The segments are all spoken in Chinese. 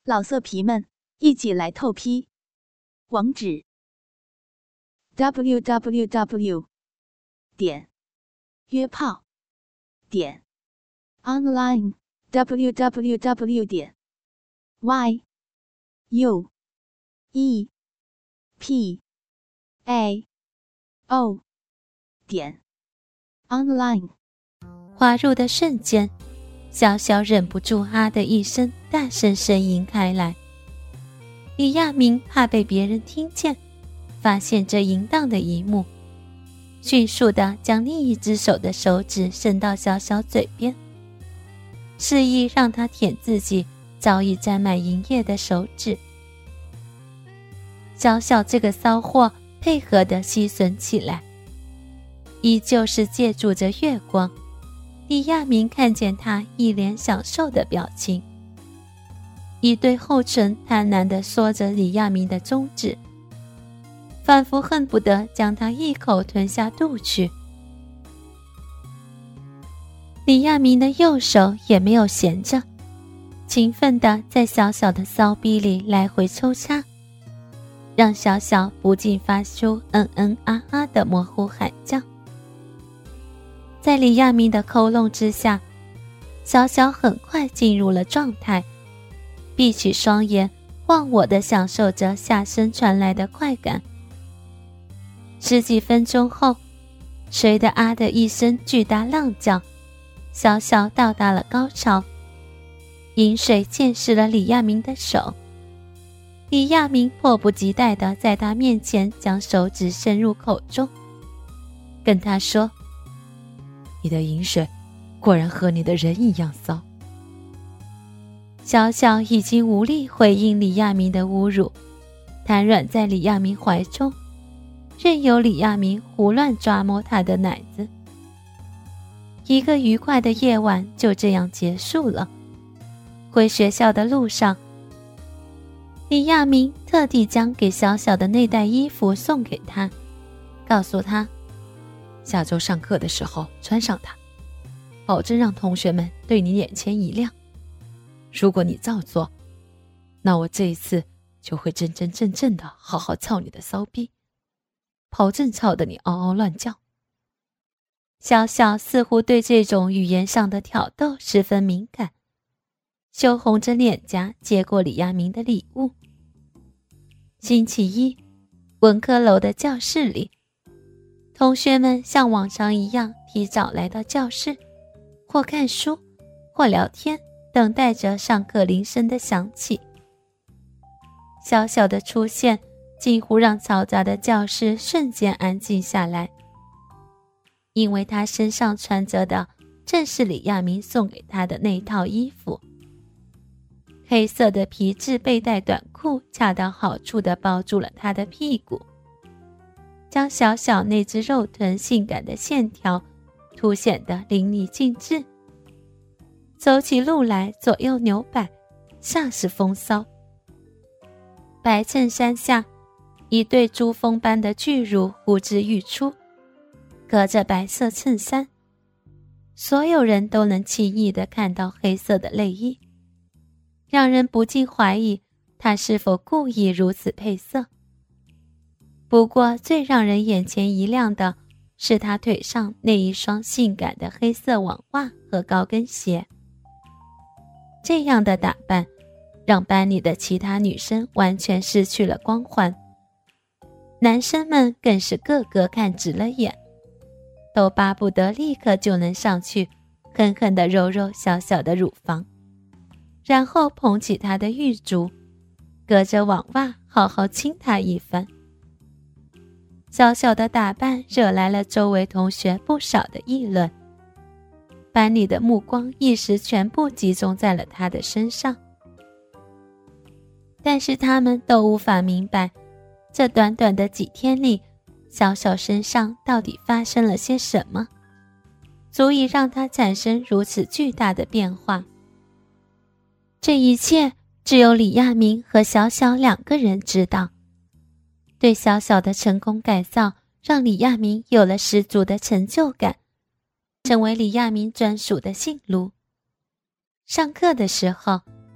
老色皮们，一起来透批！网址 www.约炮online www.yuepao.online。 滑入的瞬间，小小忍不住啊的一声大声呻吟开来。李亚明怕被别人听见，发现这淫荡的一幕，迅速地将另一只手的手指伸到小小嘴边，示意让他舔自己早已沾满淫液的手指。小小这个骚货配合地吸吮起来，依旧是借助着月光，李亚明看见他一脸享受的表情，一对厚唇贪婪地缩着李亚明的中指，仿佛恨不得将他一口吞下肚去。李亚明的右手也没有闲着，勤奋地在小小的骚逼里来回抽插，让小小不禁发出嗯嗯啊啊的模糊喊叫。在李亚明的抠弄之下，小小很快进入了状态，闭起双眼，忘我地享受着下身传来的快感。十几分钟后，随着啊的一声巨大浪叫，小小到达了高潮。饮水溅湿了李亚明的手，李亚明迫不及待地在他面前将手指伸入口中，跟他说：“ 你的饮水果然和你的人一样骚。” 小小已经无力回应李亚明的侮辱，瘫软在李亚明怀中，任由李亚明胡乱抓摸他的奶子。一个愉快的夜晚就这样结束了。回学校的路上，李亚明特地将给小小的那袋衣服送给他，告诉他下周上课的时候穿上它，保证让同学们对你眼前一亮。如果你照做，那我这一次就会真真正正的好好操你的骚逼，保证操得你嗷嗷乱叫。 小小似乎对这种语言上的挑逗十分敏感，羞红着脸颊接过李亚明的礼物。星期一，文科楼的教室里，同学们像往常一样提早来到教室，或看书，或聊天，等待着上课铃声的响起。小小的出现几乎让嘈杂的教室瞬间安静下来，因为他身上穿着的正是李亚明送给他的那套衣服。黑色的皮质背带短裤恰到好处地包住了他的屁股，将小小那只肉臀性感的线条凸显得淋漓尽致。走起路来左右扭摆，煞是风骚。白衬衫下，一对珠峰般的巨乳呼之欲出，隔着白色衬衫，所有人都能轻易地看到黑色的内衣，让人不禁怀疑他是否故意如此配色。不过最让人眼前一亮的是他腿上那一双性感的黑色网袜和高跟鞋。这样的打扮让班里的其他女生完全失去了光环，男生们更是个个看直了眼，都巴不得立刻就能上去狠狠地揉揉小小的乳房，然后捧起她的玉足，隔着网袜好好亲她一番。小小的打扮惹来了周围同学不少的议论，班里的目光一时全部集中在了她的身上。但是他们都无法明白，这短短的几天里，小小身上到底发生了些什么，足以让她产生如此巨大的变化。这一切只有李亚明和小小两个人知道。对小小的成功改造，让李亚明有了十足的成就感，成为李亚明专属的性奴。上课的时候，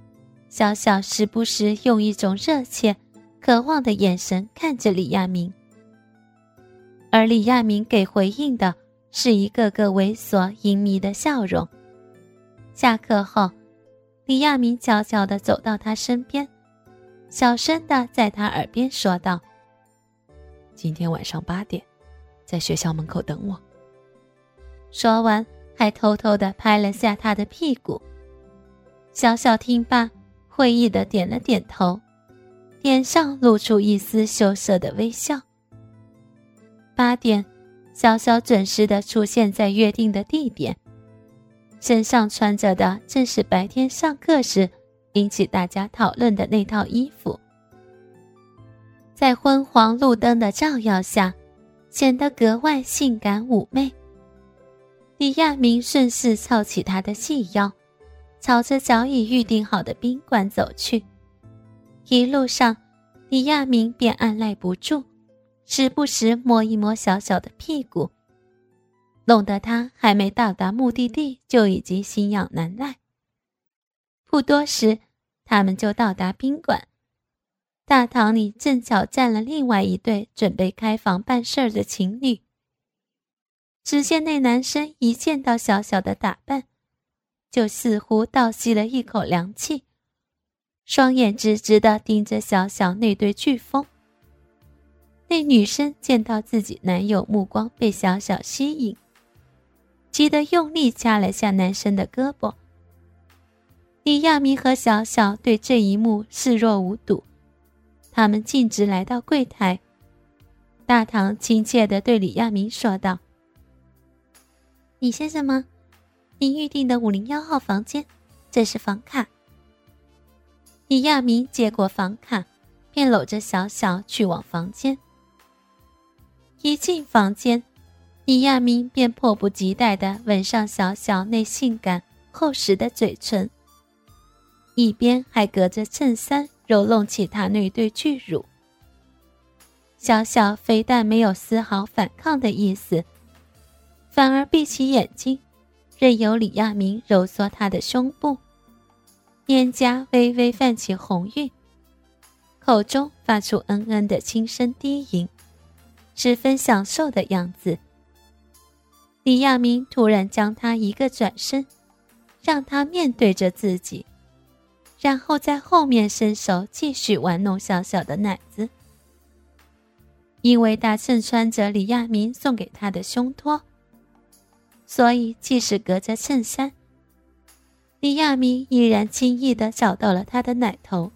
小小时不时用一种热切、渴望的眼神看着李亚明，而李亚明给回应的是一个个猥琐淫靡的笑容。下课后，李亚明悄悄地走到他身边，小声地在他耳边说道： 今天晚上8点，在学校门口等我。 说完还偷偷地拍了下他的屁股。小小听罢，会意地点了点头，脸上露出一丝羞涩的微笑。8点，小小准时地出现在约定的地点，身上穿着的正是白天上课时引起大家讨论的那套衣服，在昏黄路灯的照耀下，显得格外性感妩媚。李亚明顺势操起她的细腰，朝着早已预定好的宾馆走去。一路上，李亚明便按耐不住，时不时摸一摸小小的屁股，弄得他还没到达目的地就已经心痒难耐。不多时，他们就到达宾馆。大堂里正巧站了另外一对准备开房办事儿的情侣。只见那男生一见到小小的打扮，就似乎倒吸了一口凉气，双眼直直地盯着小小那对巨峰。那女生见到自己男友目光被小小吸引，急得用力掐了下男生的胳膊。李亚明和小小对这一幕视若无睹，他们径直来到柜台。大堂亲切地对李亚明说道：李先生吗？您预定的501号房间，这是房卡。李亚明接过房卡，便搂着小小去往房间。一进房间，李亚明便迫不及待地吻上小小那性感厚实的嘴唇，一边还隔着衬衫揉弄起她那对巨乳。小小非但没有丝毫反抗的意思，反而闭起眼睛，任由李亚明揉搓她的胸部，脸颊微微泛起红晕，口中发出嗯嗯的轻声低吟，十分享受的样子。李亚明突然将她一个转身，让她面对着自己，然后在后面伸手继续玩弄小小的奶子。因为他衬穿着李亚明送给他的胸托，所以即使隔着衬衫，李亚明依然轻易地找到了他的奶头。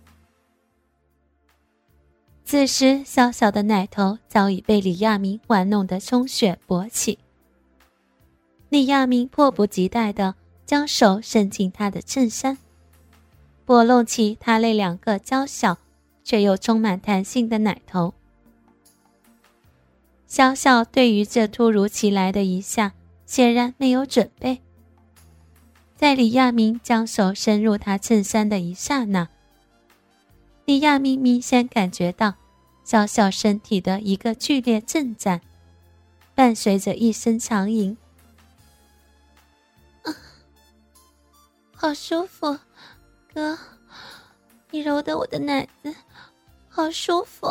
此时小小的奶头早已被李亚明玩弄得充血勃起。李亚明迫不及待地将手伸进他的衬衫，拨弄起他那2个娇小却又充满弹性的奶头。小小对于这突如其来的一下显然没有准备，在李亚明将手伸入他衬衫的一刹那，李亚明明显感觉到小小身体的一个剧烈震颤，伴随着一声长吟：好舒服，哥，你揉的我的奶子好舒服。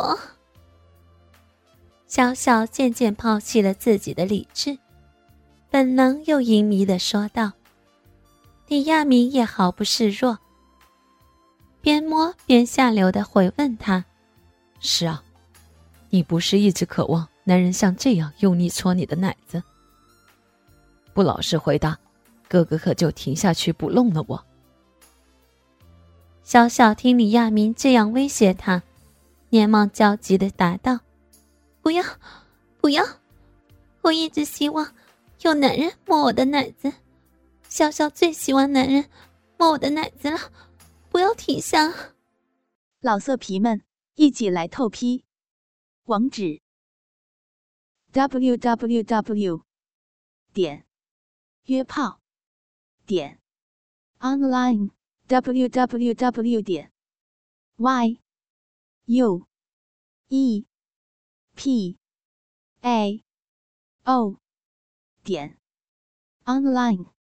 小小渐渐抛弃了自己的理智，本能又淫靡地说道。李亚明也毫不示弱，边摸边下流地回问他： 是啊，你不是一直渴望男人像这样用力戳你的奶子？不老实回答，哥哥可就停下去不弄了我。 小小听李亚明这样威胁他，连忙焦急地答道：不要，不要，我一直希望有男人摸我的奶子，小小最喜欢男人摸我的奶子了，不要停下。 老色皮们，一起来透批！网址 www.约炮.online www.yuepao.online